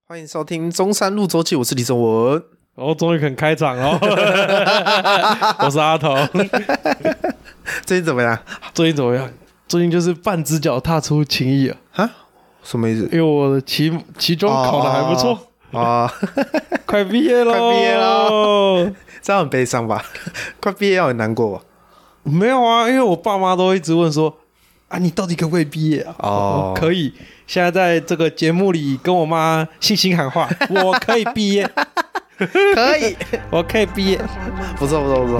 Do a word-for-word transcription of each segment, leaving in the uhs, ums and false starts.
欢迎收听中山路周记，我是李宗文。 哦，终于肯开场哦！我是阿童。 最近怎么样？ 最近怎么样？最近就是半只脚踏出情谊了。 啊？什么意思？ 因为我的期期中考得还不错啊， 快毕业喽！ 快毕业喽！这样很悲伤吧？快毕业要很难过吧？ 没有啊，因为我爸妈都一直问说：“啊，你到底可不可以毕业啊？” 哦， 可以。现在在这个节目里跟我妈信心喊话：“我可以毕业。” 可以， 我可以毕业， 不错不错不错。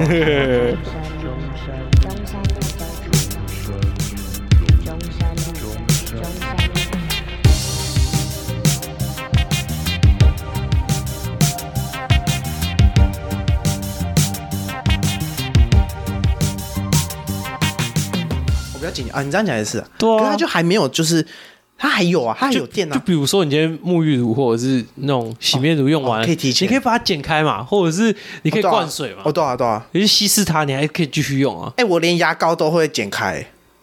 我比较紧张啊，你这样讲也是， 对啊， 可是他就还没有就是。它还有啊，它还有电啊。 就比如说，你今天沐浴乳或者是那种洗面乳用完了， 哦哦、可以提前， 你可以把它剪开嘛，或者是你可以灌水嘛。 哦，对啊，对啊， 你去稀释它，你还可以继续用啊。 哎、欸，我连牙膏都会剪开。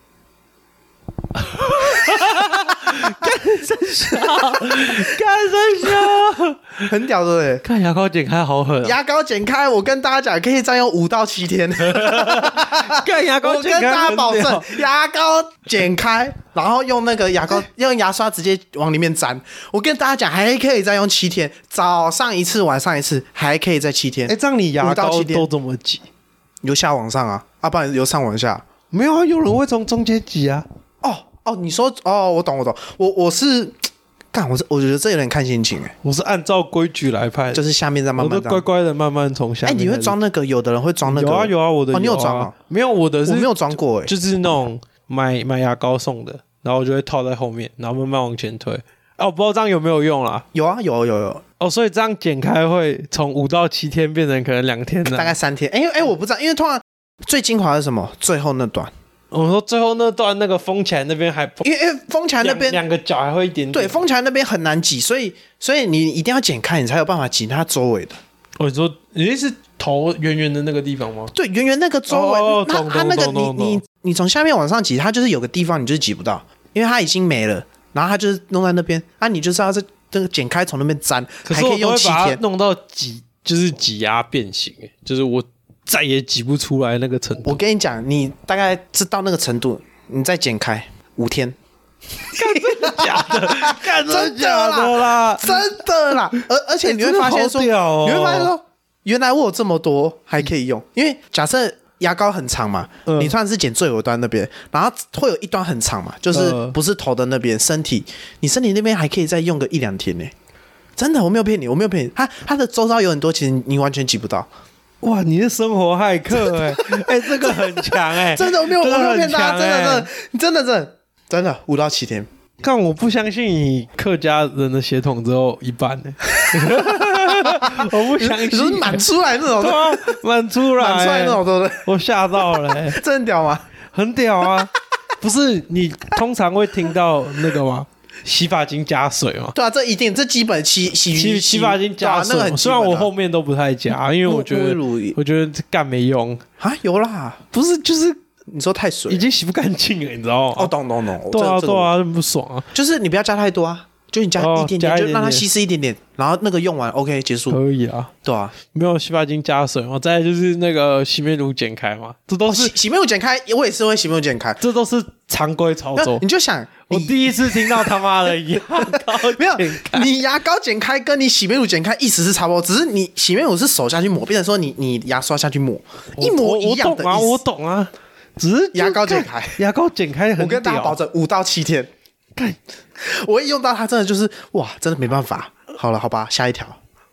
干真笑，干真笑， 很屌对不对？ 看牙膏剪开好狠、啊， 牙膏剪开，我跟大家讲，可以再用五到七天。 干牙膏剪开， 我跟大家保证，牙膏剪开，然后用那个牙膏，用牙刷直接往里面沾。我跟大家讲，还可以再用七天，早上一次，晚上一次，还可以再七天。 哎、欸，这样你牙膏都这么挤， 由下往上啊，啊，不然由上往下。 没有啊，有人会从中间挤啊。 哦。哦，你说哦，我懂我懂，我我是干，我是我觉得这有点看心情哎， 我是按照规矩来拍， 就是下面再慢慢， 我都乖乖的慢慢从下面。 哎，你会装那个？有的人会装那个， 有啊有啊，我的有、啊哦、你有装啊？ 没有，我的是我没有装过哎， 就是那种买买牙膏送的，然后我就会套在后面，然后慢慢往前推。啊，我不知道这样有没有用啦？ 有啊有有有哦，所以这样剪开会从五到七天变成可能两天的， 大概三天。哎哎，我不知道，因为通常最精华是什么？最后那段。 我说最后那段那个封起来那边还， 因为因为封起来那边两个角还会一点点， 对，封起来那边很难挤，所以所以你一定要剪开，你才有办法挤它周围的。 哦，你说你是头圆圆的那个地方吗？ 对，圆圆那个周围， 哦、 那它那个你你你从下面往上挤，它就是有个地方你就是挤不到，因为它已经没了，然后它就是弄在那边，啊，你就是要这这个剪开从那边粘，还可以用七天， 弄到挤就是挤压变形，就是我。再也挤不出来那个程度。 我跟你讲，你大概知道那个程度，你再剪开五天。 干真的假的？干真的假的啦？ 真的啦！而而且你会发现说， 欸哦、 你会发现说，原来我有这么多还可以用。因为假设牙膏很长嘛，嗯、你突然是剪最尾端那边，然后会有一端很长嘛，就是不是头的那边，身体，你身体那边还可以再用个一两天呢。真的，我没有骗你，我没有骗你。它它的周遭有很多，其实你完全挤不到。 哇，你是生活骇客哎、欸！哎、欸，这个很强哎、欸， 真的我没有，我没有骗大家，真的， 欸、 真的，真的，真的，真的五到七天。 看，我不相信你客家人的血统只有一半呢、欸，我不相信， 你是满出来那种， 对啊，满出来、欸， 满出来那种，对不对？ 我吓到了、欸， 这很屌吗？ 很屌啊！不是你通常会听到那个吗？洗发精加水嘛？ 对啊，这一定，这基本洗洗洗洗发精加水、啊，那个很、啊。虽然我后面都不太加，因为我觉得我觉得干没用啊。有啦， 不是就是你说太水， 已经洗不干净了，你知道吗？ 哦，懂懂懂。 对啊对啊，不爽啊。 就是你不要加太多啊，就你加一点点， 哦、 就让它稀释一点点，然后那个用完 ，OK 结束。 可以啊， 对啊， 没有洗发精加水嘛，再来就是那个洗面乳剪开嘛，这都是、 哦、洗洗面乳剪开，我也是会洗面乳剪开， 这都是常规操作。 你就想。 我第一次听到他妈的牙膏没有，你牙膏剪开跟你洗面乳剪开意思是差不多，只是你洗面乳是手下去抹，变成说你你牙刷下去抹，一模一样的意思。 我懂啊，我懂啊，只是牙膏剪开， 牙膏剪开很屌。 我跟大家保证，五到七天，看我一用到它，真的就是哇，真的没办法。好了，好吧，下一条。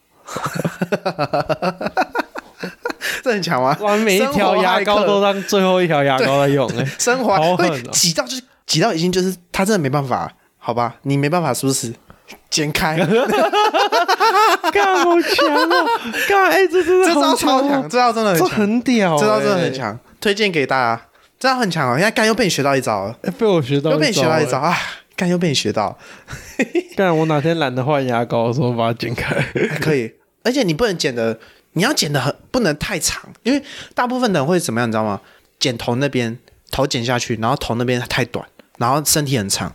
这很强吗？ 哇，每一条牙膏都当最后一条牙膏在用、欸，哎， 生活好狠、 会挤到就是挤到已经就是他真的没办法，好吧，你没办法是不是？剪开， 干好强哦！干哎、欸，这真的这招超强，这招真的很强， 这很屌、欸， 这招真的很强，推荐给大家，这招很强哦！现在干又被你学到一招了， 欸、被我学到一招， 又被你学到一招啊！干又被你学到， 干我哪天懒得换牙膏的时候把它剪开， 可以，而且你不能剪的，你要剪的很不能太长，因为大部分的人会怎么样，你知道吗？剪头那边头剪下去，然后头那边太短，然后身体很长。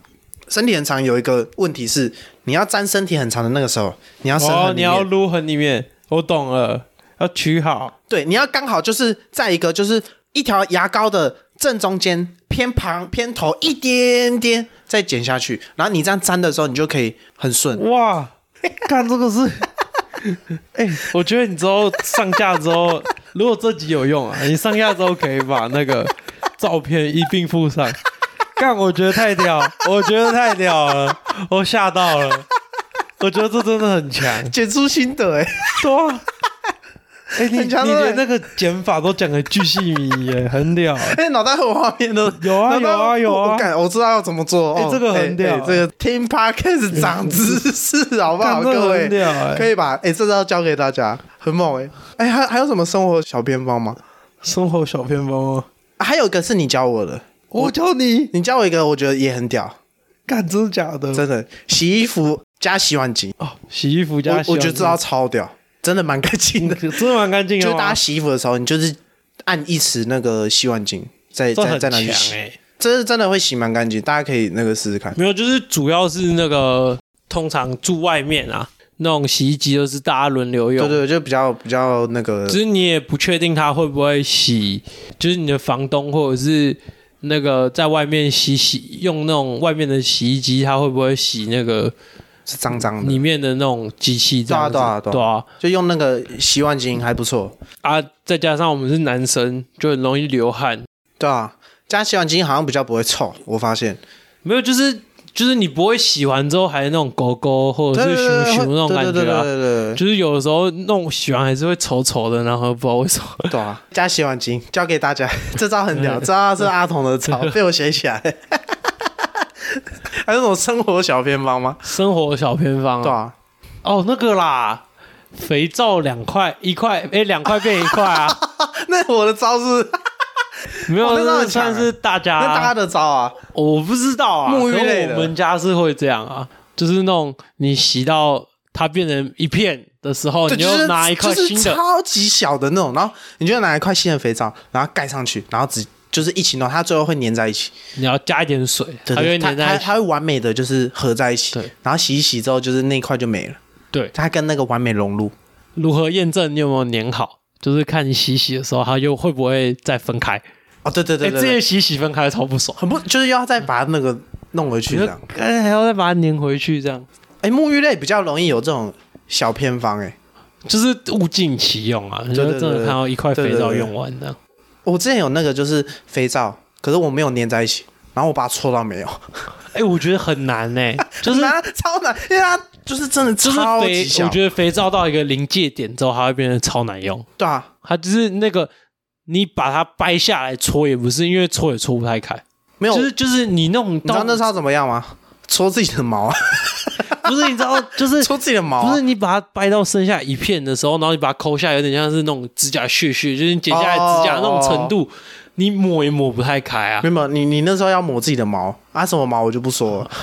身体很长有一个问题是，你要沾身体很长的那个时候，你要伸哦， 很里面， 你要撸很里面，我懂了，要取好。 对，你要刚好就是在一个就是一条牙膏的正中间偏旁偏头一点点再剪下去，然后你这样沾的时候，你就可以很顺。 哇，看这个是，哎、欸，我觉得你之后上架之后，如果这集有用啊，你上架之后可以把那个照片一并附上。干，我觉得太屌，我觉得太屌了，我吓到了，我觉得这真的很强， 剪出心得哎、欸， 对啊。哎、欸，你你连那个剪法都讲得巨细靡遗耶，很屌！ 哎、欸，脑袋有画面都有啊有啊有啊！ 我感我知道要怎么做。 哎、欸，这个很屌、欸欸，这个听 podcast 长知识，好不好？各位，可以把哎、欸，这招教给大家，很猛哎！哎、欸，还还有什么生活小偏方吗？ 生活小偏方吗？ 啊、还有一个是你教我的， 我教你， 你教我一个，我觉得也很屌。 干，真的假的？ 真的，洗衣服加洗碗巾哦，洗衣服加洗碗巾， 我, 我觉得这招超屌。真的蛮干净的， 真的蛮干净的。 就是大家洗衣服的时候，你就是按一匙那个洗碗巾，再再再拿去洗。 欸、 这是真的会洗蛮干净，大家可以那个试试看。 没有，就是主要是那个通常住外面啊，那种洗衣机都是大家轮流用。 对对，就比较比较那个。 就是你也不确定他会不会洗，就是你的房东或者是那个在外面洗洗用那种外面的洗衣机，他会不会洗那个？ 是脏脏的， 里面的那种机器这样子， 对啊对啊对啊，就用那个洗碗巾还不错啊。再加上我们是男生，就很容易流汗， 对啊。加洗碗巾好像比较不会臭，我发现没有，就是就是你不会洗完之后还有那种勾勾或者是熊熊那种感觉啊。 对对对对对， 就是有的时候那种洗完还是会稠稠的，然后不知道为什么。 对啊，加洗碗巾教给大家，这招很屌，这招是阿童的招，被我写起来。还有那种生活小偏方吗？ 生活小偏方啊， 对啊， 哦那个啦，肥皂两块一块，哎两块变一块啊。 那我的招是没有， 哦、那那算是大家那大家的招啊， 我不知道啊。 沐浴类的， 我们家是会这样啊，就是那种你洗到它变成一片的时候，你就拿一块新的， 就是、超级小的那种，然后你就拿一块新的肥皂，然后盖上去，然后只。就是一起弄，它最后会粘在一起。 你要加一点水， 对对， 它会粘在一起， 它它会完美的就是合在一起。 对， 然后洗一洗之后，就是那一块就没了。 对， 它跟那个完美融入。 如何验证你有没有粘好？就是看你洗洗的时候，它又会不会再分开。 哦，对对对对， 这些洗洗分开超不爽， 很不就是要再把那个弄回去这样， 哎还要再把它粘回去这样。 哎，沐浴类比较容易有这种小偏方，哎， 就是物尽其用啊，就真的看到一块肥皂用完这样。 我之前有那个就是肥皂。可是我没有粘在一起，然后我把它搓到没有。 哎、欸，我觉得很难哎、欸，就是难，超难，因为它就是真的超级小。 我觉得肥皂到一个临界点之后，它会变得超难用。 对啊， 它就是那个你把它掰下来搓也不是，因为搓也搓不太开。 没有， 就是就是你弄到，你知道那是要怎么样吗？搓自己的毛啊。 不是，你知道，就是搓自己的毛、 啊，不是你把它掰到剩下一片的时候，然后你把它抠下来，有点像是那种指甲屑屑，就是你剪下来指甲那种程度。哦，你抹也抹不太开啊！ 没有，你你那时候要抹自己的毛啊，什么毛我就不说了。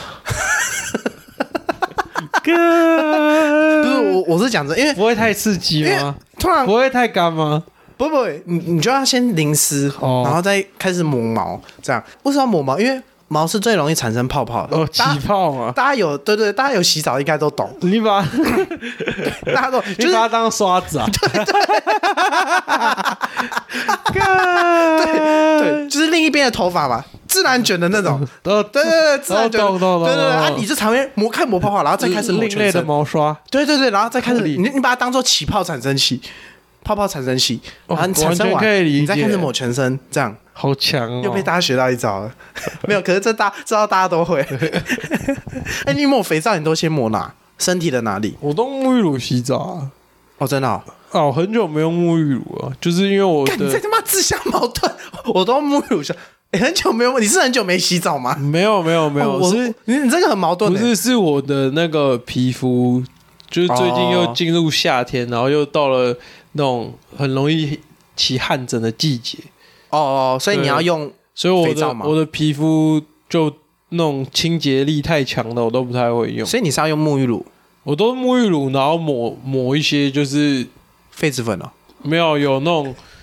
不是我，我是讲着，因为不会太刺激吗？ 突然不会太干吗？ 不不，你你就要先淋湿，哦，然后再开始抹毛，这样为什么要抹毛？因为毛是最容易产生泡泡的哦，起泡嘛。 大家有对对，大家有洗澡应该都懂。 你把大家都， 就是，你把它当刷子啊？ 对对对对，就是另一边的头发嘛，自然卷的那种。对对对，自然卷。对对对啊，你就常边磨看磨泡泡，然后再开始抹全身。 另类的毛刷。 对对对，然后再开始你你把它当做起泡产生器，泡泡产生器，然后你产生完，你再开始抹全身，这样。 好强哦！ 又被大家学到一招了。没有，可是这大知道大家都会。哎、欸，你抹肥皂你都先抹哪？身体的哪里？ 我都沐浴乳洗澡啊。 哦，真的哦。 哦，很久没用沐浴乳了，就是因为我的。 你在他妈自相矛盾。我都沐浴乳洗，哎、欸，很久没有，你是很久没洗澡吗？ 没有，没有，没有。 哦、我是你，你这个很矛盾。 不是，是我的那个皮肤，就是最近又进入夏天，哦、然后又到了那种很容易起汗疹的季节。 哦哦，所以你要用所以我的我的皮肤就那种清洁力太强的，我都不太会用。 所以你是要用沐浴乳？ 我都沐浴乳，然后抹抹一些就是痱子粉哦， 没有有那种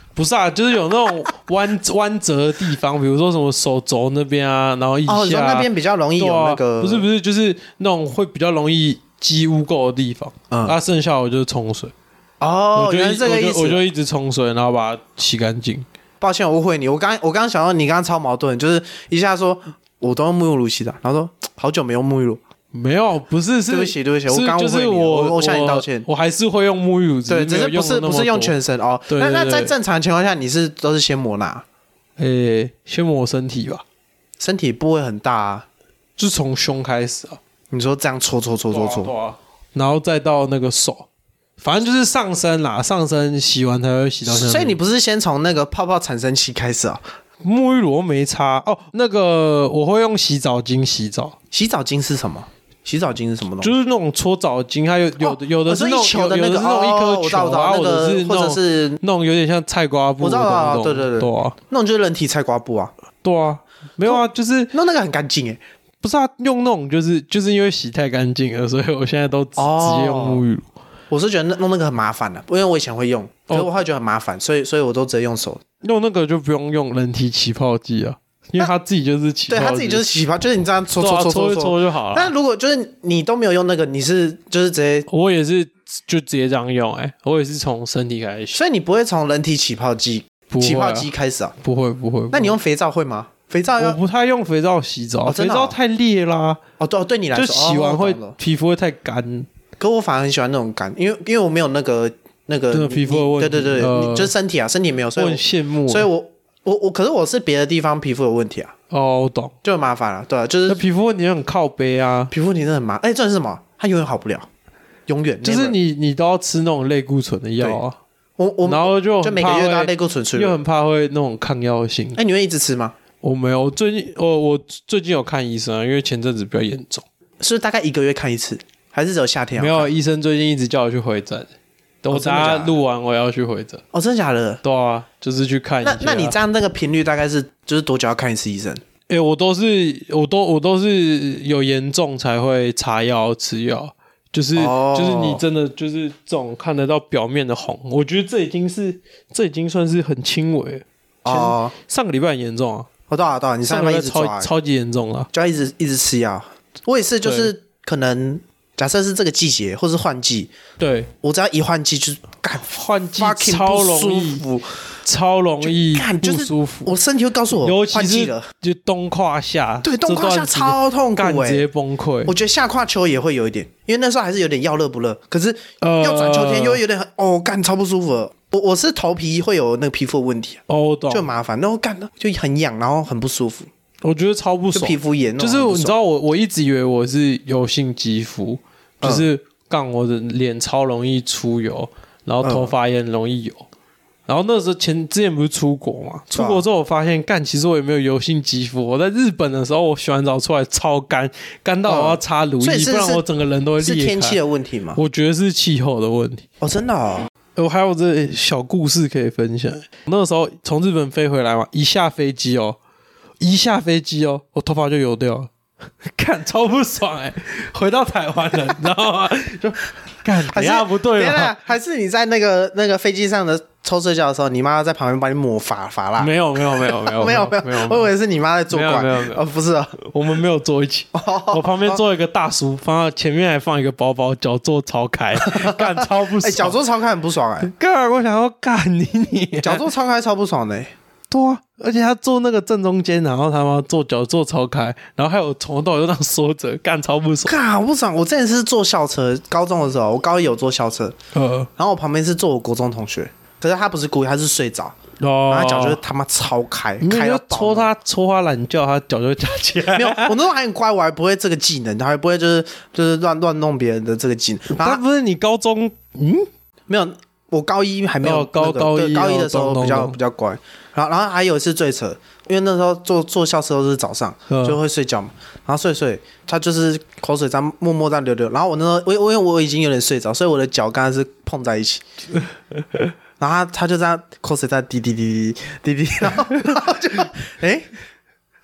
不是啊，就是有那种弯弯折的地方，比如说什么手肘那边啊，然后腋下、啊、 哦，那边比较容易有那个， 啊、不是不是，就是那种会比较容易积污垢的地方。嗯，啊，剩下我就冲水。 哦，原来这个意思。 我就我就一直冲水，然后把它洗干净。 抱歉，我误会你。我刚我刚刚想到你刚刚超矛盾，就是一下说我都用沐浴乳洗的，然后说好久没用沐浴乳。 没有，不是，是对不起，对不起，我刚误会你， 我我向你道歉。 我还是会用沐浴乳， 对，只是不是不是用全身哦。 对对对， 那那在正常情况下，你是都是先抹哪？ 诶，先抹身体吧， 身体部位很大啊， 就从胸开始啊。 你说这样搓搓搓搓搓， 对啊，然后再到那个手，反正就是上身啦，上身洗完才会洗到下面。 所以你不是先从那个泡泡产生器开始啊？ 沐浴乳没擦哦，那个我会用洗澡巾洗澡。 洗澡巾是什么？洗澡巾是什么东西？ 就是那种搓澡巾，它有有的、哦、有的是那种球的那个， 有的是那种一颗球啊， 或者是或者是那种有点像菜瓜布。 我知道啊，对对对， 对啊， 那种就是人体菜瓜布啊。 对啊，没有啊，就是那那个很干净诶。 不是啊，用那种就是就是因为洗太干净了，所以我现在都直接用沐浴乳。 我是觉得弄那个很麻烦的、啊，因为我以前会用，可是我会觉得很麻烦，所以所以我都直接用手。 用那个就不用用人体起泡剂啊。因为他自己就是起泡， 对他自己就是起泡，就是你这样搓搓搓搓搓就好了。 但如果就是你都没有用那个，你是就是直接， 我也是就直接这样用、欸，哎，我也是从身体开始， 所以你不会从人体起泡机、啊、起泡机开始啊？ 不会不会。 那你用肥皂会吗？肥皂要我不太用肥皂洗澡， 哦、 肥皂太烈啦。 哦，对，对你来说， 就洗完会、 哦、 皮肤会太干。 可我反而很喜欢那种干，因为因为我没有那个那个皮肤的问题， 对对对， 呃、 就是身体啊，身体没有，所以我很羡慕， 所以我我我可是我是别的地方皮肤有问题啊。 哦，我懂， 就很麻烦了，对啊，就是皮肤问题很靠背啊， 皮肤问题真的很麻烦。哎，这是什么？它永远好不了，永远就是你你都要吃那种类固醇的药啊。 我我然后就就每个月都要类固醇吃， 又很怕会那种抗药性。 哎，你会一直吃吗？ 我没有，最近我我最近有看医生啊，因为前阵子比较严重。 是不是大概一个月看一次，还是只有夏天？ 没有，医生最近一直叫我去回诊。等我等下录完，我要去回诊。 哦，真的假的？ 对啊，就是去看一下。 那那你这样那个频率大概是就是多久要看一次医生？ 哎、欸，我都是我都我都是有严重才会擦药吃药，就是、哦、就是你真的就是这种看得到表面的红，我觉得这已经是这已经算是很轻微了。哦，上个礼拜很严重啊。 哦，对啊对啊，你上个礼拜一直抓、 超超级严重了， 就要一直一直吃药。我也是，就是可能。假设是这个季节，或是换季， 对我只要一换季就干换季超容易，超容易不舒服。 我身体会告诉我换季了， 就冬胯下， 对，冬胯下超痛苦、欸， 直接崩溃。 我觉得夏胯秋也会有一点，因为那时候还是有点要热不热，可是要转秋天又会有点很哦，干超不舒服了。我我是头皮会有那个皮肤的问题、啊， 哦，懂， 就麻烦，然后干就很痒，然后很不舒服。 我觉得超不爽， 就皮肤炎， 就是你知道我我一直以为我是油性肌肤。就是干我的脸超容易出油，然后头发也很容易油。嗯、然后那时候前之前不是出国嘛？出国之后我发现干，其实我也没有油性肌肤。我在日本的时候，我洗完澡出来超干，干到我要擦乳液，嗯、不然我整个人都会裂开。 是天气的问题吗？ 我觉得是气候的问题。 哦，真的哦。 我还有这小故事可以分享。那个时候从日本飞回来嘛，一下飞机哦，一下飞机哦，我头发就油掉了。看超不爽哎、欸！回到台湾了，你知道吗？就看等一下不对了， 还是你在那个那个飞机上的抽睡觉的时候，你妈在旁边帮你抹发发蜡？ 没有没有没有没有没有没有没有，我以为是你妈在做怪， 没有没有哦，不是啊， 我们没有坐一起。我旁边坐一个大叔，放到前面还放一个包包，脚坐超开，干超不爽。哎、欸， 脚坐超开很不爽哎、欸！ 干，我想要干你你， 脚坐超开超不爽的、欸。 对啊，而且他坐那个正中间，然后他妈坐脚坐超开，然后还有从头到尾就这样缩着，干超不爽。 干好不爽！我之前是坐校车，高中的时候，我高一有坐校车，呃，然后我旁边是坐我国中同学，可是他不是故意，他是睡着，哦，然后脚就是他妈超开，开到戳他戳他懒觉，他脚就会夹起来。 没有，我那时候还很乖，我还不会这个技能，还不会就是就是乱乱弄别人的这个技能。 他不是你高中，嗯， 没有。我高一还没有、那個哦、高高一高一的时候比较咚咚咚比较乖，然后然后还有一次最扯，因为那时候坐坐校车都是早上就会睡觉嘛，然后睡睡他就是口水这样默默这样流流，然后我那时候我因为我已经有点睡着，所以我的脚刚才是碰在一起，然後 他, 他就这样口水在滴滴滴滴滴滴，然后然後就哎。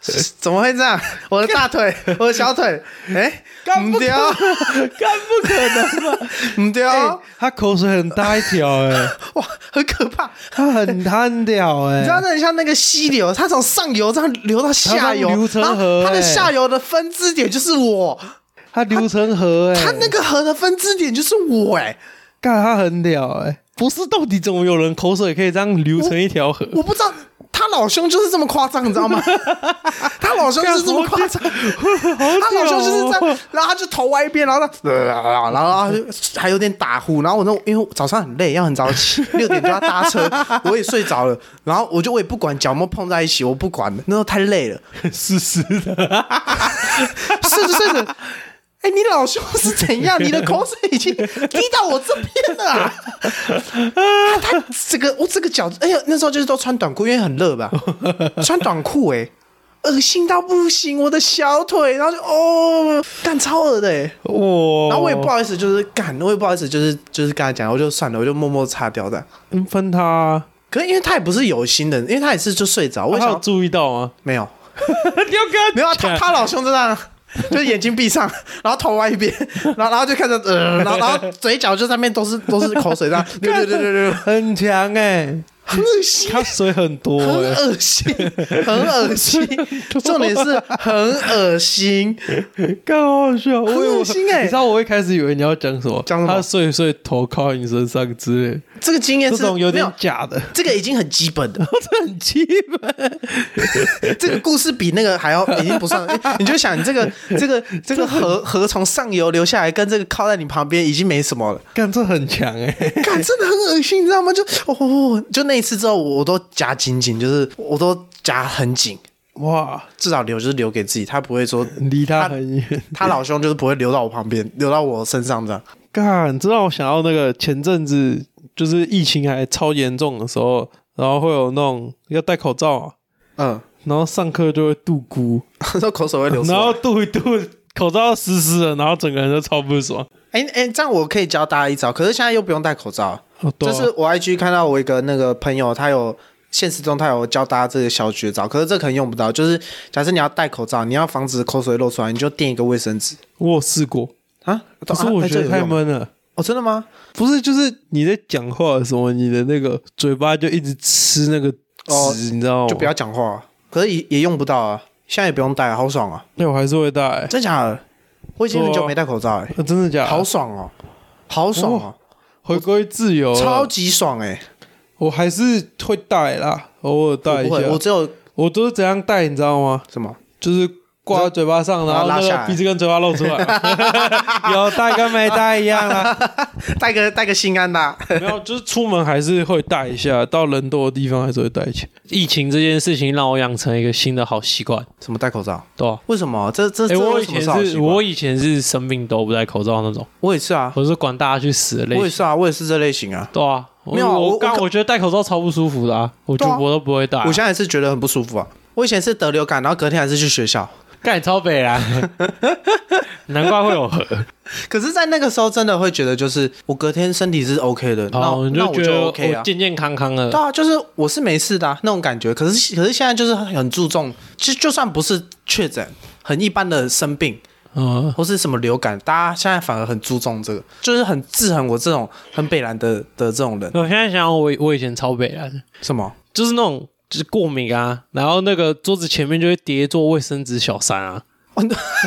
怎么会这样？我的大腿，我的小腿，哎，不对， 干不可能吧？ 不对、欸， 他口水很大一条哎、欸， 哇，很可怕， 他很他很屌哎、欸， 你知道那很像那个溪流，它从上游这样流到下游， 流成河、欸， 它的下游的分支点就是我， 它流成河哎、欸， 它那个河的分支点就是我哎、欸， 干他很屌哎、欸，不是到底怎么有人口水可以这样流成一条河？ 我, 我不知道。他老兄就是这么夸张，你知道吗？他老兄就是这么夸张，他老兄就是这样，然后他就头歪一边，然后他，然后还有点打呼，然后我那因为早上很累，要很早起，六点就要搭车，我也睡着了，然后我就我也不管脚有没有碰在一起，我不管了，那时候太累了， 湿湿的， 睡着睡着。哎、欸，你老兄是怎样？你的口水已经滴到我这边了、啊啊！他这个我这个脚，哎呀，那时候就是都穿短裤，因为很热吧，穿短裤哎、欸，恶心到不行，我的小腿，然后就哦，干超恶的哎、欸， 哇！ 然后我也不好意思，就是干，我也不好意思，就是就是跟他讲，我就算了，我就默默擦掉的。 嗯，分他、啊， 可是因为他也不是有心的，因为他也是就睡着，我想、啊、有注意到吗？ 没有， 你要跟他没有、啊，他他老兄这样。就是眼睛闭上，然后头歪一边，然后然后就看着，呃，然后然后嘴角就上面都是都是口水，这样流流流流流， 很强哎、欸， 很恶心， 他水很多、欸， 很恶心，很恶心，重点是很恶心， 更好笑， 很恶心哎、欸！ 你知道我一开始以为你要讲什么， 讲什么？ 他睡睡头靠你身上之类， 这个经验是这种有点假的， 这个已经很基本的， 这很基本。 这个故事比那个还要已经不算，你就想你这个这个这个河河从上游流下来，跟这个靠在你旁边已经没什么了。 干这很强哎、欸， 干真的很恶心，你知道吗？就哦，就那一次之后，我都夹紧紧，就是我都夹很紧。哇，至少留就是留给自己，他不会说离他很远。 他老兄就是不会流到我旁边，流到我身上这样。 干，这让我想到那个前阵子就是疫情还超严重的时候，然后会有那种要戴口罩啊，嗯，然后上课就会度咕， 说口水会流出来， 然后度一度口罩湿湿的，然后整个人都超不爽。 哎、欸、哎、欸，这样我可以教大家一招，可是现在又不用戴口罩。哦对啊、这是我 I G 看到我一个那个朋友，他有现实中他有教大家这个小绝招，可是这可能用不到。就是假设你要戴口罩，你要防止口水漏出来，你就垫一个卫生纸。 我有试过啊，可是我觉得太闷了。 哦，真的吗？ 不是，就是你在讲话的时候，你的那个嘴巴就一直吃那个纸，哦、你知道吗？ 就不要讲话，可是 也, 也用不到啊。现在也不用戴，好爽啊！ 那我还是会戴、欸， 真假的？我已经很久没戴口罩哎、欸啊，真的假的？ 好爽哦，好爽哦， 回归自由， 超级爽哎、欸！ 我还是会戴啦，偶尔戴一下。 我, 我只有我都是怎样戴，你知道吗？ 什么？ 就是挂在嘴巴上，然后那个鼻子跟嘴巴露出来，有戴跟没戴一样啦。 戴个戴个心安的， 没有，就是出门还是会戴一下，到人多的地方还是会戴起来。疫情这件事情让我养成一个新的好习惯， 什么戴口罩？ 对啊， 为什么？这这、欸、 我以前是我以前是生病都不戴口罩那种， 我也是啊， 我是管大家去死的类型。 我也是啊，我也是这类型啊， 对啊。 没有， 我刚我, 我觉得戴口罩超不舒服的啊，我就、啊、我都不会戴、啊。 我现在是觉得很不舒服啊。我以前是得流感，然后隔天还是去学校， 干超北啦，难怪会有核。 可是，在那个时候真的会觉得，就是我隔天身体是 OK 的， 哦、 那, 那我就 OK 啊，健健康康的。 对啊，就是我是没事的、啊、那种感觉。可是，可是现在就是很注重，就就算不是确诊，很一般的生病。嗯，或是什么流感，大家现在反而很注重这个，就是很制衡我这种很北蓝的的这种人。 我现在想想我，我以前超北蓝， 什么？ 就是那种就是过敏啊，然后那个桌子前面就会叠一座卫生纸小山啊。我,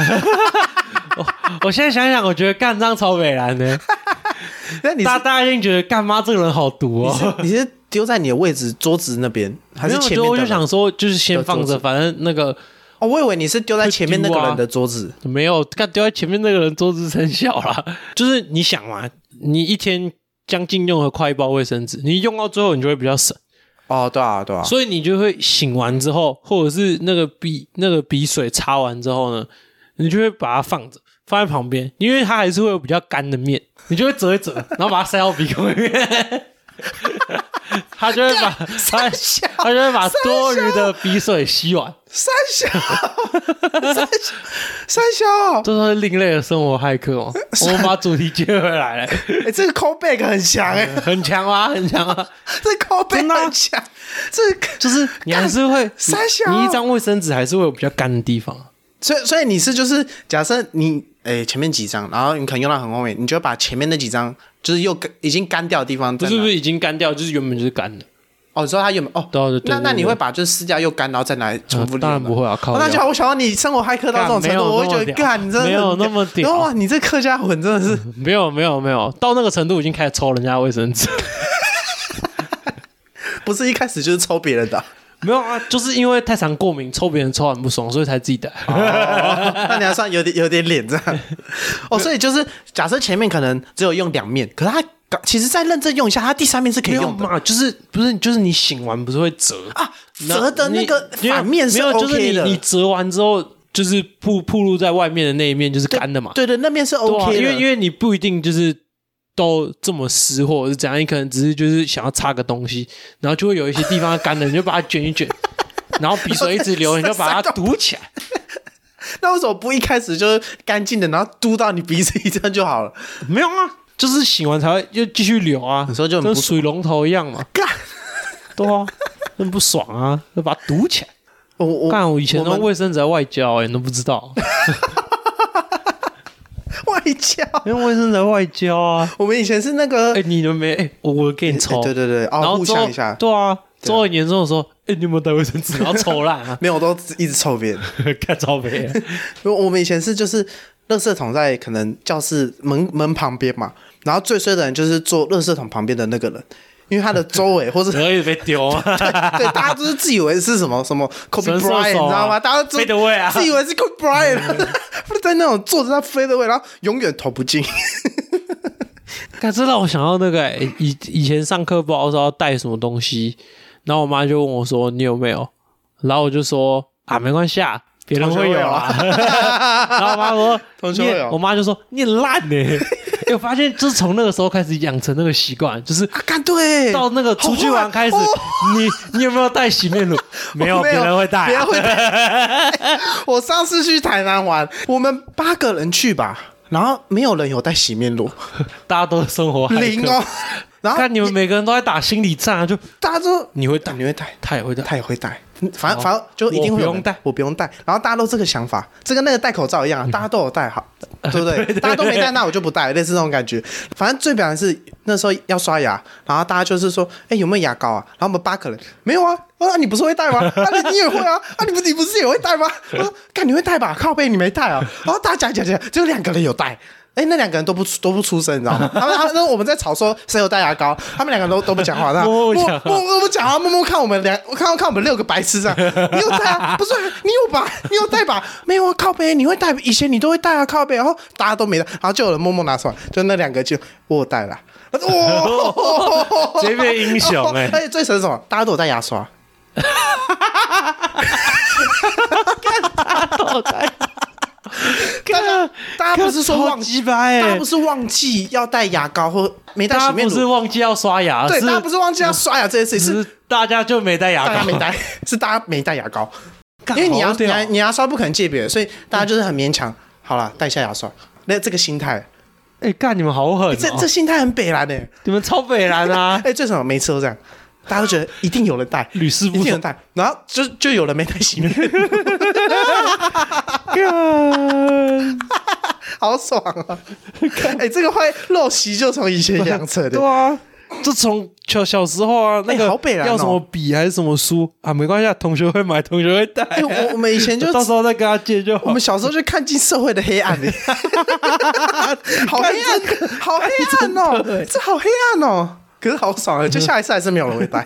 我现在想想，我觉得干这样超北蓝的。大大家一定觉得干妈这个人好毒哦。 你是丢在你的位置桌子那边，还是前面的？ 我就想说，就是先放着，反正那个。 哦，我以为你是丢在前面那个人的桌子， 啊、没有，干丢在前面那个人桌子很小啦。就是你想嘛，你一天将近用了快一包卫生纸，你用到最后你就会比较省。 哦，对啊，对啊。 所以你就会醒完之后，或者是那个鼻那个鼻水擦完之后呢，你就会把它放着，放在旁边，因为它还是会有比较干的面，你就会折一折，然后把它塞到鼻孔里面。 他就会把他他就会把多余的鼻水吸完。 三小，三小，三小， 这是另类的生活骇客哦。我们把主题接回来了。 哎、欸，这个 callback 很强哎、欸， 很强啊，很强啊。 这 callback 很强，这就是你还是会三小， 你一张卫生纸还是会有比较干的地方。 所以，所以你是就是假设你哎、欸、前面几张，然后你可能用到很后面，你就会把前面那几张就是又已经干掉的地方， 不是不是已经干掉，就是原本就是干的。 哦，你说它原本哦， 对对对， 那那你会把就是撕掉又干，然后再来重复、 嗯？当然不会啊，靠、 哦！那就我想到你生活骇客到这种程度，我会觉得干，你真的没有那么屌。 哇，你这客家魂真的是没有没有没有到那个程度，已经开始抽人家的卫生纸。 不是一开始就是抽别人的、啊。 没有啊，就是因为太常过敏，抽别人抽很不爽，所以才自己带。 哦、那你还算有点有点脸这样。哦，所以就是假设前面可能只有用两面，可是它其实再认真用一下，它第三面是可以用的嘛？就是不是就是你醒完不是会折啊？折的那个反面是 OK 的， 没有，就是你你折完之后，就是铺铺露在外面的那一面就是干的嘛。 对对，那面是 OK 的， 啊、因为因为你不一定就是都这么湿或者是怎样，你可能只是就是想要擦个东西，然后就会有一些地方干的，你就把它卷一卷，然后鼻水一直流，你就把它堵起来。 那为什么不一开始就是干净的，然后嘟到你鼻子一这样就好了？ 没有啊，就是醒完才会又继续流啊， 有时候就跟水龙头一样嘛。干，对啊，很不爽啊，就把它堵起来。 我我干，我以前用卫生纸在外交、欸，你都不知道。 外交， 用卫生纸在外交啊！ 我们以前是那个， 哎、欸，你们没？哎、欸，我我给你抽、欸， 对对对，哦、 然后互相一下， 对啊。周很严重的时候，哎、欸，你有没有带卫生纸？然后抽烂啊？ 没有，我都一直抽别人， 看超别。 我们以前是就是，垃圾桶在可能教室门门旁边嘛，然后最衰的人就是坐垃圾桶旁边的那个人。因为他的周围或是可以被丢啊， 对，大家都是自以为是什么什么 Kobe Bryant，、啊、你知道吗？大家都 fade away 啊， 自以为是 Kobe Bryant， 在那种坐着他 fade away， 然后永远投不进。 看，这让我想到那个、欸、以以前上课不知道说要带什么东西，然后我妈就问我说你有没有，然后我就说啊没关系啊，别人会有啦。然后我妈说同学会有， 我妈就说你很烂呢、欸。欸、我发现就是从那个时候开始养成那个习惯，就是啊，干对， 到那个出去玩开始，哦、你你有没有带洗面乳？没有，别人会带、啊， 别人会带。欸、我上次去台南玩，我们八个人去吧，然后没有人有带洗面乳， 大家都生活零哦。然后看你们每个人都在打心理战啊，就大家都你会带， 你会带， 他也会带， 他也会带，反正反正就一定会有人我不用带， 我不用带。然后大家都这个想法，这跟那个戴口罩一样、啊，大家都有戴好，对不对？对对对，大家都没戴，那我就不戴，类似这种感觉。反正最表的是那时候要刷牙，然后大家就是说，哎，有没有牙膏啊？然后我们八个人没有啊，啊，你不是会戴吗？啊，你你也会啊？啊，你不你不是也会戴吗？我说，干你会戴吧？靠背你没戴啊？然后大家讲讲讲，只有两个人有戴。哎，那两个人都不都不出声，你知道吗？他们他们我们在吵说谁有带牙膏，他们两个都都不讲话， 默默默默不讲话，默默看我们两，我看看我们六个白痴这样。你有带啊？不是，你有吧？你有带吧？没有啊，靠背，你会带？以前你都会带啊，靠背。然后大家都没带，然后就有人默默拿出来，就那两个就我有带啦。哇， 直接变英雄哎、欸！ 而且最神是什么？大家都有带牙刷。 大家都有带。 大家大家不是说忘记吧？ 欸、 大家不是忘记要带牙膏或没带洗面乳， 大家不是忘记要刷牙， 对，大家不是忘记要刷牙这件事情， 是大家就没带牙膏， 大家没带，是大家没带牙膏，因为你牙你牙你牙刷不可能借别人，所以大家就是很勉强。好了，带下牙刷，那这个心态， 哎，干你们好狠、哦， 这这心态很北蓝的， 你们超北蓝啊！ 哎，最什么每次都这样。大家都觉得一定有人带， 屡试不爽， 一定有人带，然后就就有人没带洗面乳，好爽啊！哎、欸，这个会陋习就从以前养成的， 对啊，就从小小时候啊，那个、 欸好北蓝哦、 要什么笔还是什么书啊，没关系，同学会买，同学会带。 哎、欸，我我们以前就到时候再跟他借就好。 我们小时候就看尽社会的黑暗的，好黑暗，好黑暗哦，这好黑暗哦。可是好爽啊！就下一次还是没有人会带，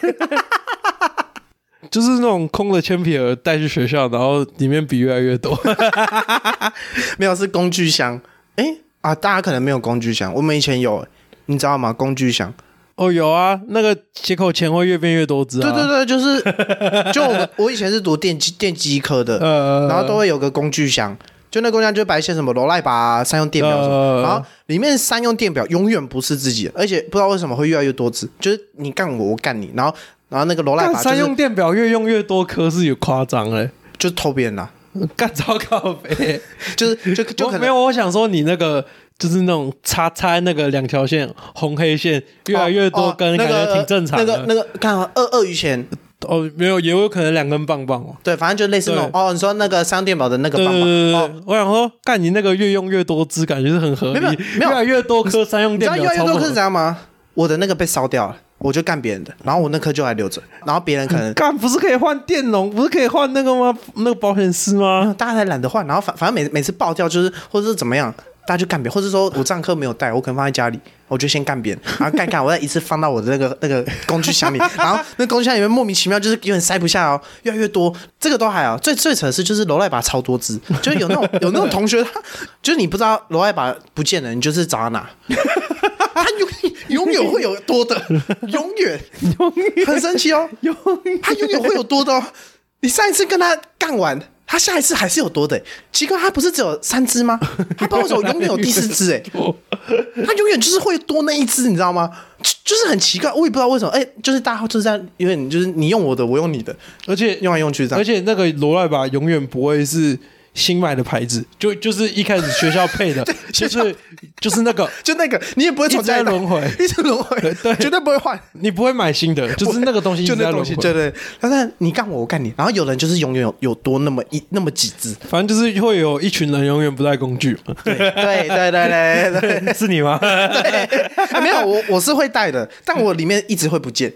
就是那种空的铅笔盒带去学校，然后里面笔越来越多。 没有，是工具箱。哎、欸、啊，大家可能没有工具箱，我们以前有，你知道吗？工具箱。 哦，有啊，那个接口钳会越变越多支、啊。 对对对，就是就我我以前是读电机电机科的，呃，然后都会有个工具箱。 就那公家就摆一些什么罗赖吧、啊、三用电表什么，呃、然后里面三用电表永远不是自己的，而且不知道为什么会越来越多只，就是你干我，我干你，然后然后那个罗赖吧、就是， 三用电表越用越多颗是有夸张嘞， 就是偷别人啦、 啊，干糟糕呗， 就是就就可能没有，我想说你那个。就是那种插插那个两条线红黑线越来越多根，感觉挺正常的。 那个那个看鳄鳄鱼钳哦，没有，也有可能两根棒棒哦。 对，反正就类似那种哦。你说那个三电宝的那个棒棒， 对对对哦， 我想说，干你那个越用越多支，感觉是很合理。没有，没有，越来越多颗三用电表， 你知道越来越多颗是怎样吗？我的那个被烧掉了，我就干别人的，然后我那颗就还留着，然后别人可能干不是可以换电容，不是可以换那个吗？那个保险丝吗？ 大家才懒得换，然后反反正每每次爆掉就是或者是怎么样。大家就干别人，或者说我这堂课没有带，我可能放在家里，我就先干别人，然后干干，我再一次放到我的那个那个工具箱里，然后那工具箱里面莫名其妙就是有点塞不下哦，越来越多，这个都还好。最最扯的是就是罗赖把超多只，就是有那种有那种同学，他就是你不知道罗赖把不见了，你就是找他拿，他永永远会有多的，永远永远很神奇哦，永他永远会有多的哦。你上一次跟他干完。他下一次还是有多的、欸，奇怪，他不是只有三只吗？他不知道为什么永远有第四只哎、欸，他永远就是会多那一只，你知道吗？就就是很奇怪，我也不知道为什么，哎、欸，就是大家就是这样，有点就是你用我的，我用你的， 而且用来用去这样， 而且那个罗赖吧永远不会是新买的牌子，就就是一开始学校配的，就是就是那个， 就那个，你也不会重再轮回， 一直轮回，对，绝对不会换， 你不会买新的，就是那个东西一直在轮回， 对对。但是你干我，我干你，然后有人就是永远有有多那么一那么几只， 反正就是会有一群人永远不带工具嘛。 对对对对对对， 是你吗？ 对，啊、没有，我我是会带的，但我里面一直会不见。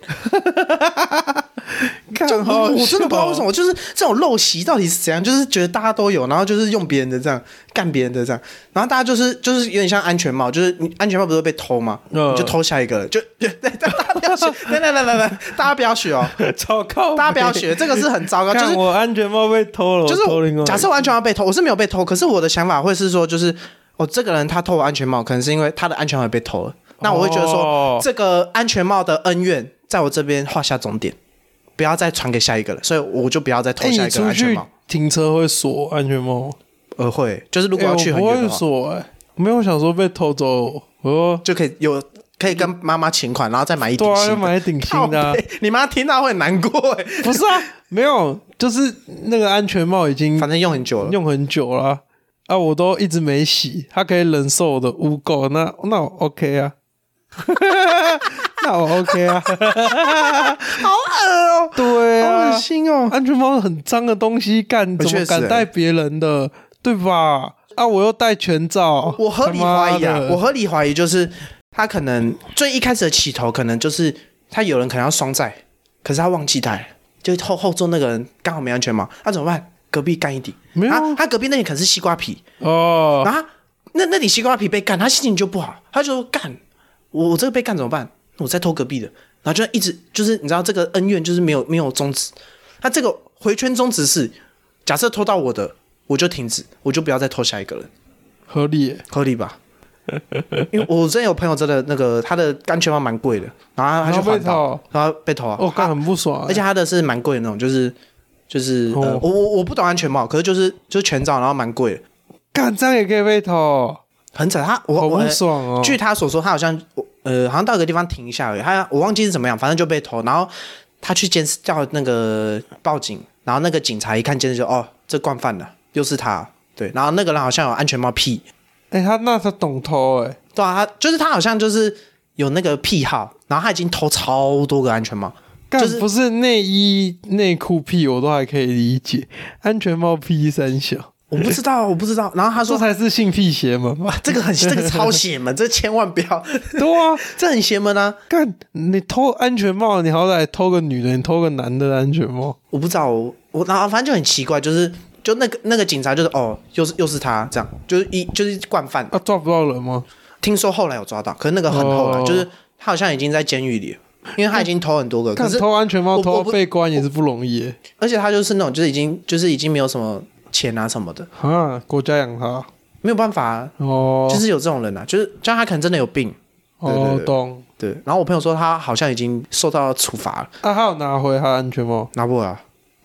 就我我真的不知道为什么，就是这种陋习到底是怎样，就是觉得大家都有，然后就是用别人的这样干别人的这样，然后大家就是就是有点像安全帽，就是你安全帽不是会被偷吗？嗯、你就偷下一个了，就就大家不要学，来来来来来，大家不要学哦， 糟糕， 大家不要学，这个是很糟糕。就是我安全帽被偷了， 就是假设我安全帽被偷，我是没有被偷，可是我的想法会是说，就是哦，这个人他偷我安全帽，可能是因为他的安全帽被偷了，那我会觉得说，哦、这个安全帽的恩怨在我这边画下终点。不要再传给下一个了，所以我就不要再偷下一个安全帽。 欸、停车会锁安全帽？ 呃，会，就是如果要去很远的话， 欸、我不会锁哎、欸，没有想说被偷走，我就可以有可以跟妈妈请款，然后再买一顶新的， 对啊，买一顶新的、啊。 你妈听到会很难过哎、 欸。不是啊，没有，就是那个安全帽已经反正用很久了， 用很久了啊，啊我都一直没洗，它可以忍受我的污垢，那那我 OK 啊。那我 OK 啊，好恶哦、喔， 对啊， 好恶心哦、喔， 安全帽很脏的东西，干怎么敢戴别人的，对吧？啊，我又戴全罩， 我合理怀疑啊，我合理怀疑就是他可能最一开始的起头可能就是他有人可能要双载，可是他忘记戴，就后后座那个人刚好没安全帽，那、啊、怎么办？隔壁干一顶， 没有、啊， 他隔壁那顶可能是西瓜皮哦， 然后那那顶西瓜皮被干，他心情就不好，他就说干。我我这个被干怎么办？我再偷隔壁的，然后就一直就是你知道这个恩怨就是没有没有终止。他这个回圈终止是，假设偷到我的，我就停止，我就不要再偷下一个人， 合理耶， 合理吧？因为我之前有朋友真的那个他的安全帽蛮贵的，然后他就环岛，然后被偷啊， 哦，干很不爽、欸， 而且他的是蛮贵的那种，就是就是、哦呃、我我我不懂安全帽，可是就是就是全罩，然后蛮贵的， 干这样也可以被偷。 很惨，他我好不爽哦。 据他所说，他好像呃，好像到一个地方停一下而已，他我忘记是怎么样，反正就被偷。然后他去监视叫那个报警，然后那个警察一看监视就哦，这惯犯了，又是他。对，然后那个人好像有安全帽癖， 哎、欸，他那他懂偷哎、欸， 对啊，他就是他好像就是有那个癖好，然后他已经偷超多个安全帽。 就是不是内衣内裤癖我都还可以理解，安全帽癖三小。 我不知道，我不知道。然后他说：“ 这才是性癖邪门吧？ 这个很，这个超邪门，这千万不要。 对啊， 这很邪门啊！ 干，你偷安全帽，你好歹偷个女的，你偷个男的安全帽。 我不知道，我我然后反正就很奇怪，就是就那个那个警察就是哦，又是又是他这样，就是一就是惯犯。 啊，抓不到人吗？ 听说后来有抓到，可是那个很后来，哦、就是他好像已经在监狱里了。”因为他已经偷很多个，可是偷安全帽偷被关也是不容易耶。 而且他就是那种，就是已经就是已经没有什么钱啊什么的啊，国家养他没有办法、啊、哦，就是有这种人啊，就是像他可能真的有病哦，对对对懂对。然后我朋友说他好像已经受到处罚了， 啊，他有拿回他安全帽， 拿不回来啊，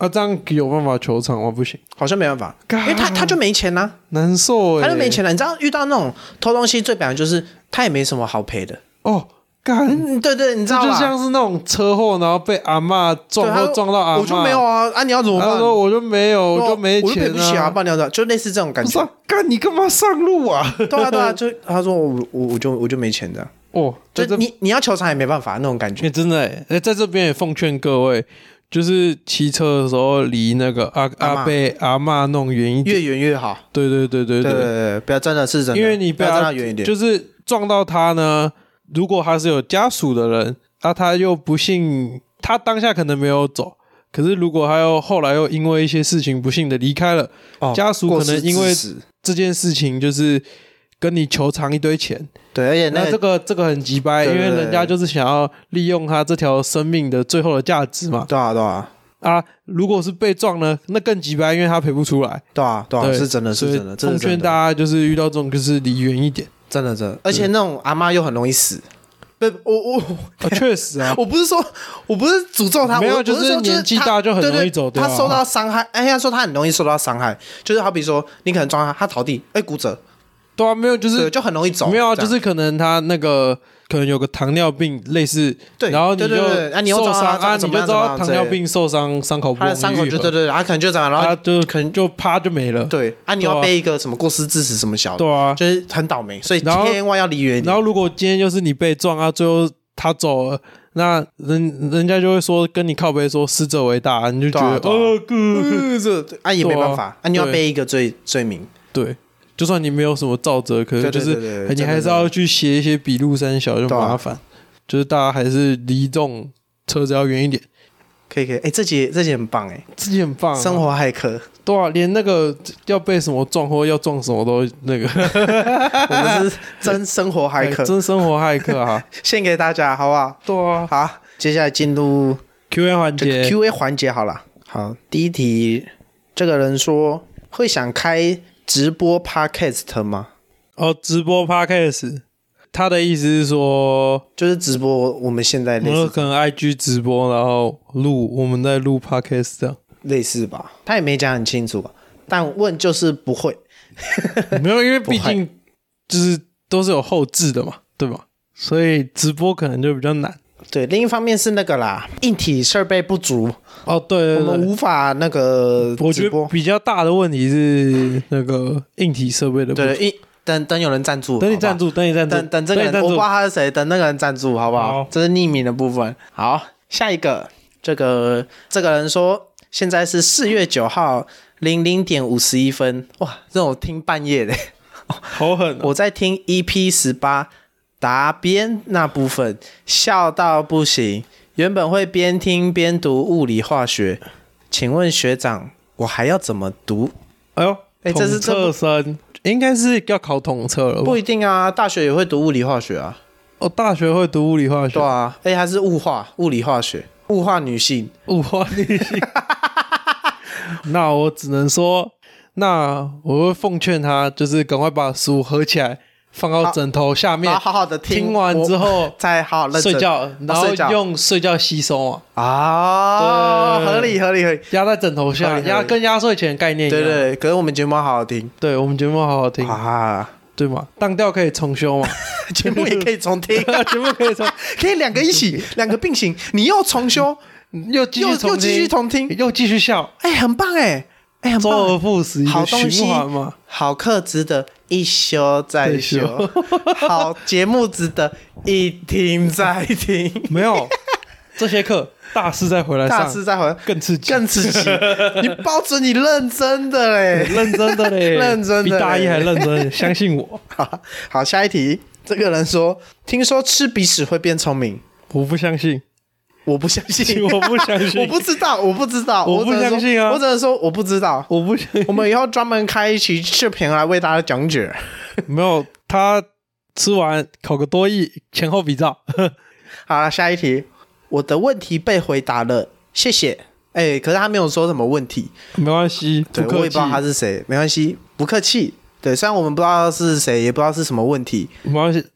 啊，这样有办法求偿吗？不行， 好像没办法，因为他他就没钱呐、啊， 难受哎、欸， 他就没钱了。你知道遇到那种偷东西最本来就是他也没什么好赔的哦。干、 嗯，对对，你知道吧？ 就像是那种车祸，然后被阿嬷撞或撞到阿嬷， 我就没有啊，啊你要怎么办？ 他说我就没有，我就没钱、啊， 我就赔不起啊，不然你要怎么？就类似这种感觉。 不是干、啊、你干嘛上路啊？ 对啊对啊，就他说我我我就我就没钱的。 哦， 就你你要求偿也没办法那种感觉。 欸、真的哎、欸，在这边也奉劝各位，就是骑车的时候离那个阿阿伯阿嬷弄远一点， 越远越好。 对对对对对, 对对对，不要真的是真的， 因为你不要站他远一点， 就是撞到他呢。如果他是有家属的人，啊，他又不幸，他当下可能没有走，可是如果他又后来又因为一些事情不幸的离开了，哦、家属可能因为这件事情就是跟你求偿一堆钱， 对，而且 那, 那这个这个很鸡掰，因为人家就是想要利用他这条生命的最后的价值嘛。 对啊，对啊。 啊，如果是被撞呢，那更鸡掰，因为他赔不出来。 对啊，对啊，对是真的，是真的。 奉劝大家就是遇到这种就是离远一点。 真的真的，而且那种阿嬷又很容易死。不，我我确、啊、实啊， 我不是说，我不是诅咒他， 没有，就是年纪大就很容易走掉、啊。 他受到伤害，哎，他说他很容易受到伤害，就是好比说你可能撞他，他逃地，哎，骨折。 对啊，没有，就是就很容易走。 没有啊，就是可能他那个可能有个糖尿病类似， 对， 然后你就受伤啊，你就知道糖尿病受伤伤口不容易愈合， 他的伤口就对对，他可能就这样，然后他就可能就啪就没了。 对啊，你要背一个什么过失致死什么小的， 对啊， 就是很倒霉，所以千万要离远一点。 然后如果今天就是你被撞啊，最后他走了。那人人家就会说跟你靠北说死者为大，你就觉得哦哥， 这啊也没办法，啊你要背一个罪罪名， 对，就算你没有什么肇责，可是就是你还是要去写一些笔录三小就麻烦，就是大家还是离这种车子要远一点。 可以可以，哎，这集这集很棒哎， 这集很棒， 生活骇客， 对啊，连那个要被什么撞或要撞什么都那个， 我们是真生活骇客， 真生活骇客哈， 献给大家好不好？ 对啊， 好，接下来进入 Q A 环节 ，Q A 环节好了，好，第一题，这个人说会想开直播 podcast 吗？ 哦，直播 podcast。他的意思是说， 就是直播我们现在类似， 我可能 I G 直播，然后录我们在录 podcast 这样， 类似吧？他也没讲很清楚吧？但问就是不会， 没有，因为毕竟就是都是有后置的嘛，对吧？所以直播可能就比较难。 对，另一方面是那个啦，硬体设备不足。 哦，对对对， 我们无法那个直播。 我觉得比较大的问题是那个硬体设备的不足。 对，等等有人赞助， 等你赞助，等你赞助， 等等这个人，我不知道他是谁，等那个人赞助，好不好？好，这是匿名的部分。好，下一个，这个这个人说，现在是四月九号零零点五十一分，哇，这种听半夜的， 好狠、哦！ 我在听 E P 十八答辩那部分，笑到不行。原本会边听边读物理化学，请问学长，我还要怎么读？ 哎呦，哎，这是测生。应该是要考统测了， 不一定啊，大学也会读物理化学啊。 哦，大学会读物理化学， 对啊，而且还是物化、物理化学、物化女性、 物化女性。那我只能说，那我会奉劝他，就是赶快把书合起来，放到枕头下面， 好好的听， 听完之后再好好认真睡觉，然后用睡觉吸收啊。 啊，合理合理合理， 压在枕头下，压跟压岁钱的概念一样。 对对，可是我们节目好好听， 对我们节目好好听啊， 对嘛？当掉可以重修嘛？ 节目也可以重听， 节目可以重， 可以两个一起，两个并行，你又重修， 又继续重听， 又继续重听， 又继续笑， 哎，很棒哎。哎，很棒， 周而复始， 好东西嘛， 好课值得一修再修，好节目值得一听再听。 没有这些课，大师再回来上， 大师再回来更刺激， 更刺激。你保准你认真的嘞， 认真的嘞， 认真的， 比大一还认真，相信我。 好，好，下一题。这个人说，听说吃鼻屎会变聪明， 我不相信。 我不相信， 我不相信， 我不知道，我不知道， 我不相信啊！ 我只能说我不知道， 我不相信。 我们以后专门开一期视频来为大家讲解。 没有，他吃完考个多益，前后比照。 好了，下一题，我的问题被回答了，谢谢。哎、欸，可是他没有说什么问题， 没关系， 对，我也不知道他是谁，没关系，不客气。对，虽然我们不知道是谁，也不知道是什么问题， 没关系。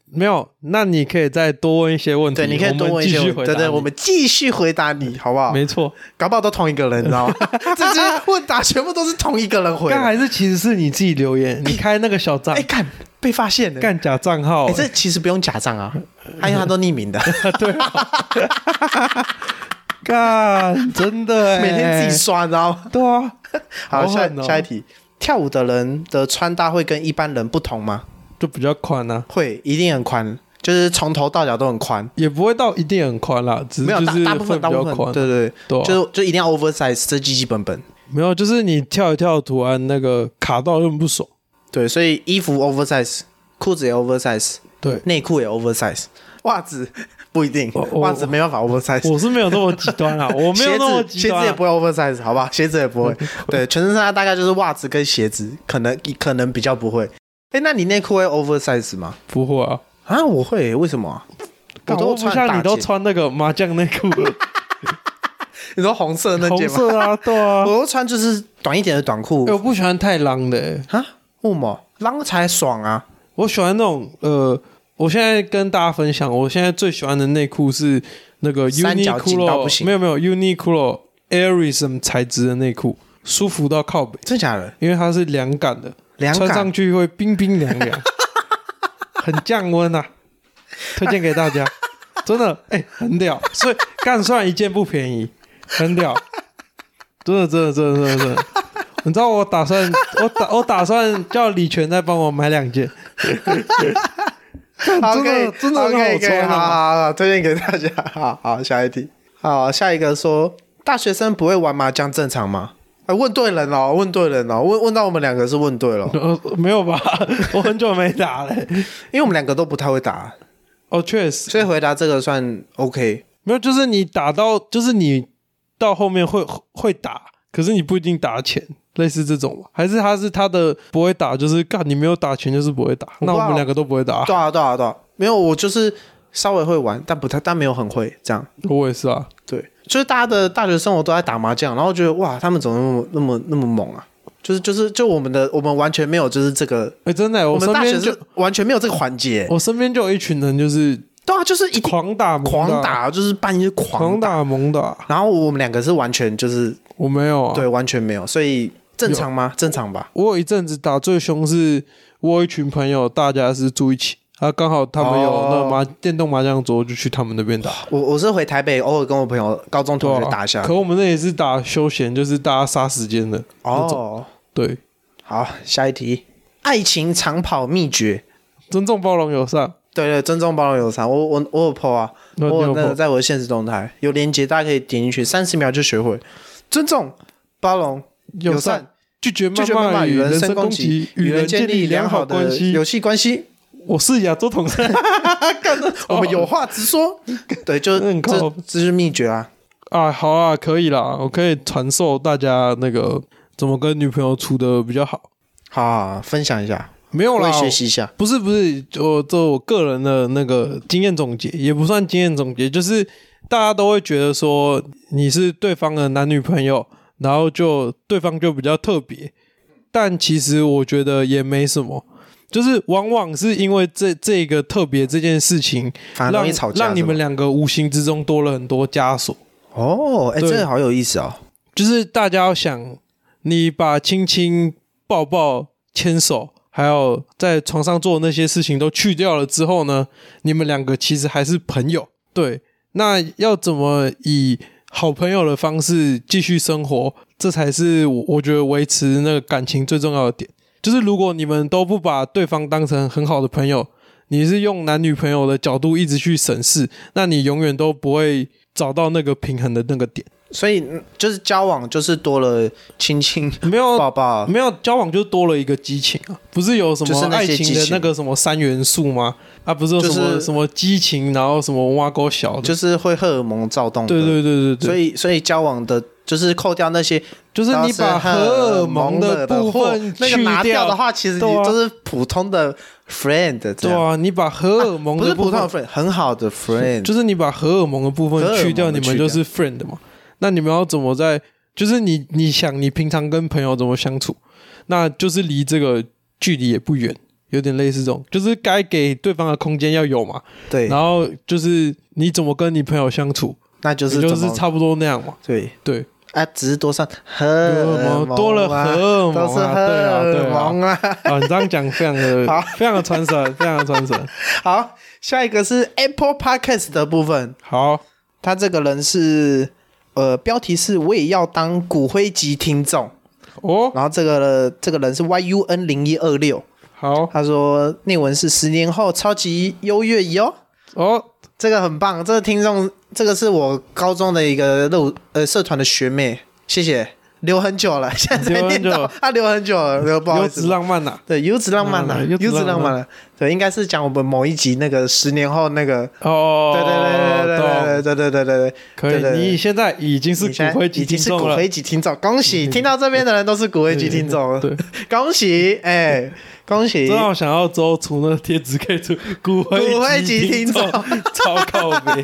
没有，那你可以再多问一些问题， 对，你可以多问一些问题，对对，我们继续回答你，好不好？ 没错， 搞不好都同一个人，你知道吗？这些问答全部都是同一个人回， 干还是其实是你自己留言，你开那个小账， 哎，干被发现了， 干假账号， 哎，这其实不用假账啊，因为他都匿名的， 对啊，干真的， 每天自己刷，你知道吗？ 对啊， 好，下下一题，跳舞的人的穿搭会跟一般人不同吗？ 就比较宽啊， 会，一定很宽，就是从头到脚都很宽， 也不会到一定很宽啦，只是就是大部分大部分，对对对，就就一定要 oversize， 这基基本本。 没有，就是你跳一跳图案那个卡到又不爽。 对，所以衣服 oversize， 裤子也 oversize， 对， 内裤也 oversize， 袜子不一定，袜子没办法 oversize。 我是没有那么极端啦，我没有那么极端、啊， 鞋子也不会 oversize， 好吧？鞋子也不会。对，全身上下大概就是袜子跟鞋子，可能可能比较不会。哎，那你内裤会 oversize 吗？ 不会啊， 啊，我会，为什么、啊？我都穿大件，像你都穿那个麻将内裤。 你说红色那件吗？ 红色啊，对啊， 我都穿就是短一点的短裤。 欸、我不喜欢太浪的、欸， 啊？为什么？浪才爽啊！ 我喜欢那种呃，我现在跟大家分享，我现在最喜欢的内裤是那个 Uniqlo， 没有没有 Uniqlo Airism 材质的内裤，舒服到靠北。 真假的？ 因为它是凉感的， 凉感穿上去会冰冰凉凉，很降温啊！推荐给大家，真的哎、欸，很屌。所以干算一件不便宜，很屌，真的真的真的真的真的。你知道我打算，我打我打算叫李全再帮我买两件。真的真的很好穿、啊， 好好好，推荐给大家。好好，下一题。好，下一个说，大学生不会玩麻将正常吗？哎，问对人了，问对人了，问问到我们两个是问对了。 呃，没有吧？我很久没打了，因为我们两个都不太会打。 哦，确实， 所以回答这个算 OK。 没有，就是你打到，就是你到后面会会打，可是你不一定打钱，类似这种吧？还是他是他的不会打，就是干你没有打钱就是不会打。那我们两个都不会打。 对啊，对啊，对啊，没有，我就是稍微会玩，但不太，但没有很会这样。 我也是啊， 对，就是大家的大学生活都在打麻将，然后觉得哇，他们怎么那么那么那么猛啊？就是就是就我们的我们完全没有就是这个， 哎、欸，真的，我身边就完全没有这个环节。 我身边就有一群人，就是对啊，就是一狂打猛狂打，就是半夜狂狂打猛打。 然后我们两个是完全就是我没有啊， 对，完全没有，所以正常吗？正常吧。 我有一阵子打最凶是，我有一群朋友，大家是住一起。啊，刚好他们有那麻、哦、电动麻将桌，就去他们那边打。 我我是回台北，偶尔跟我朋友高中同学打一下。 啊、可我们那也是打休闲，就是大家杀时间的那种。哦，对。 好，下一题，爱情长跑秘诀： 尊重、包容、友善。 对对，尊重、包容、友善。我我我有 po 啊，我有那个在我的限时动态有连结，大家可以点进去，三十秒就学会。尊重、包容、友善， 拒绝谩骂与人身攻击，与人建立良好的友谊关系。 我是亚洲统帅， 我们有话直说。对，就这这是秘诀啊！ 啊，好啊，可以啦，我可以传授大家那个怎么跟女朋友处的比较好。 好好好，分享一下。 没有啦， 我也学习一下。 不是不是，我这我个人的那个经验总结，也不算经验总结，就是大家都会觉得说你是对方的男女朋友，然后就对方就比较特别，但其实我觉得也没什么。就是往往是因为这这个特别这件事情， 反而容易吵架， 让你们两个无形之中多了很多枷锁。 哦，哎、欸，这个好有意思哦。 就是大家要想，你把亲亲、抱抱、牵手，还有在床上做的那些事情都去掉了之后呢，你们两个其实还是朋友。对，那要怎么以好朋友的方式继续生活，这才是我我觉得维持那个感情最重要的点。就是如果你们都不把对方当成很好的朋友，你是用男女朋友的角度一直去审视，那你永远都不会找到那个平衡的那个点。 所以就是交往就是多了亲亲没有抱抱， 没有交往就多了一个激情啊！不是有什么爱情的那个什么三元素吗？啊，不是有什么、就是、什么激情，然后什么挖沟小的， 就是会荷尔蒙躁动的。 对对对对对， 所以所以交往的。就是扣掉那些， 就是你把荷尔蒙的部分那个拿掉的话，其实你就是普通的 friend 这样。 对啊，你把荷尔蒙的部分、啊、 不是普通的 friend， 很好的 friend， 就是你把荷尔蒙的部分去掉，你们就是 friend 嘛。那你们要怎么在？就是你你想你平常跟朋友怎么相处，那就是离这个距离也不远。 有点类似这种，就是该给对方的空间要有嘛。 对， 然后就是你怎么跟你朋友相处， 那就是就是差不多那样嘛。 对对。 啊，只是多上荷尔蒙、啊、 多了荷尔蒙、啊， 都是荷尔蒙啊！ 对啊，对啊啊你这样讲非常的非常的传神，非常的传神。 好，下一个是 Apple Podcast 的部分。 好， 他这个人是呃，标题是我也要当骨灰级听众哦。 然后这个这个人是 Y U N 零一二六。 好， 他说内文是十年后超级优越仪哦。 哦。 这个很棒，这个听众，这个是我高中的一个路呃社团的学妹，谢谢，留很久了，现在才念到，他留很久了，留不好意思。 优质浪漫呐、啊， 对，优质浪漫呐、啊，优质浪漫了、啊，对，应该是讲我们某一集那个十年后那个， 哦， 对对对对对对对对对对， 可以，对对对你现在已经是骨灰级听众了，已经是骨灰级听众，恭喜，听到这边的人都是骨灰级听众，对，恭喜，哎、欸。恭喜！ 这让我想要之后出那个贴纸，可以出骨灰级听众，超靠北，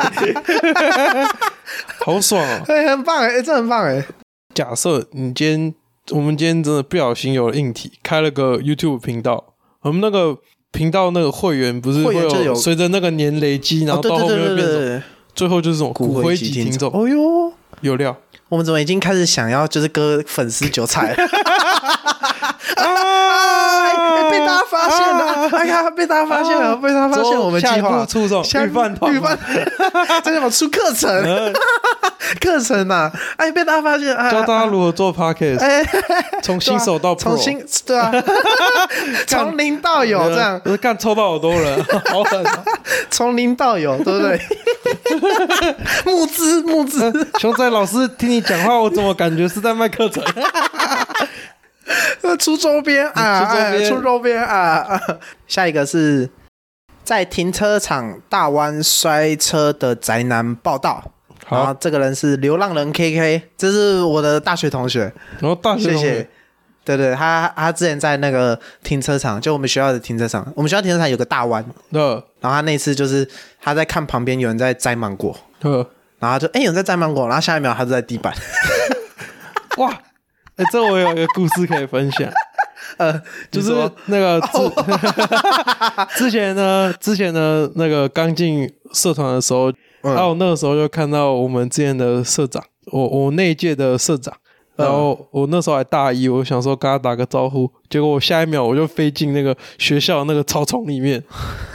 好爽哦！ 对，很棒哎，这很棒哎。 假设你今天，我们今天真的不小心有了硬体，开了个 YouTube 频道，我们那个频道那个会员不是会有随着那个年累积，然后到后面会变成，最后就是这种骨灰级听众。 哦哟， 有料！ 我们怎么已经开始想要就是割粉丝韭菜了？啊！被大家发现了！哎呀，被大家发现了！被大家发现我们计划出手预饭团， 预饭，这叫出课程，课程呐！哎，被大家发现， 教大家如何做 podcast， 哎，从新手到 pro， 从新对啊，从零到有这样， 干抽到好多人，好狠！ 从零到有，对不对？募资募资， 熊仔老师听你讲话，我怎么感觉是在卖课程？ 出周边啊，出周边啊！下一个是在停车场大弯摔车的宅男报道。然后这个人是流浪人 K K， 这是我的大学同学。 然后大学同学，谢谢。 对对，他他之前在那个停车场，就我们学校的停车场，我们学校停车场有个大弯。 对。 然后他那次就是他在看旁边有人在摘芒果。 对。 然后他就哎、欸、有人在摘芒果，然后下一秒他就在地板。 哇！哎、欸，这我有一个故事可以分享。呃，就是那个之、哦、之前呢，之前呢，那个刚进社团的时候，然后、嗯、那个时候就看到我们之前的社长，我我那一届的社长，然后我那时候还大一，我想说跟他打个招呼，结果我下一秒我就飞进那个学校那个草丛里面，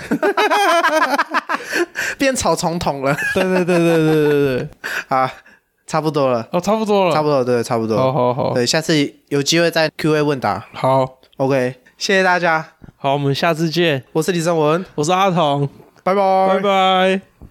变草丛桶了。 对对对对对对对， 啊。差不多了哦，差不多了， 差不多，对，差不多。 好好好， 对，下次有机会再 Q A 问答。 好 ，OK， 谢谢大家。 好，我们下次见。 我是李正文， 我是阿童， 拜拜， 拜拜。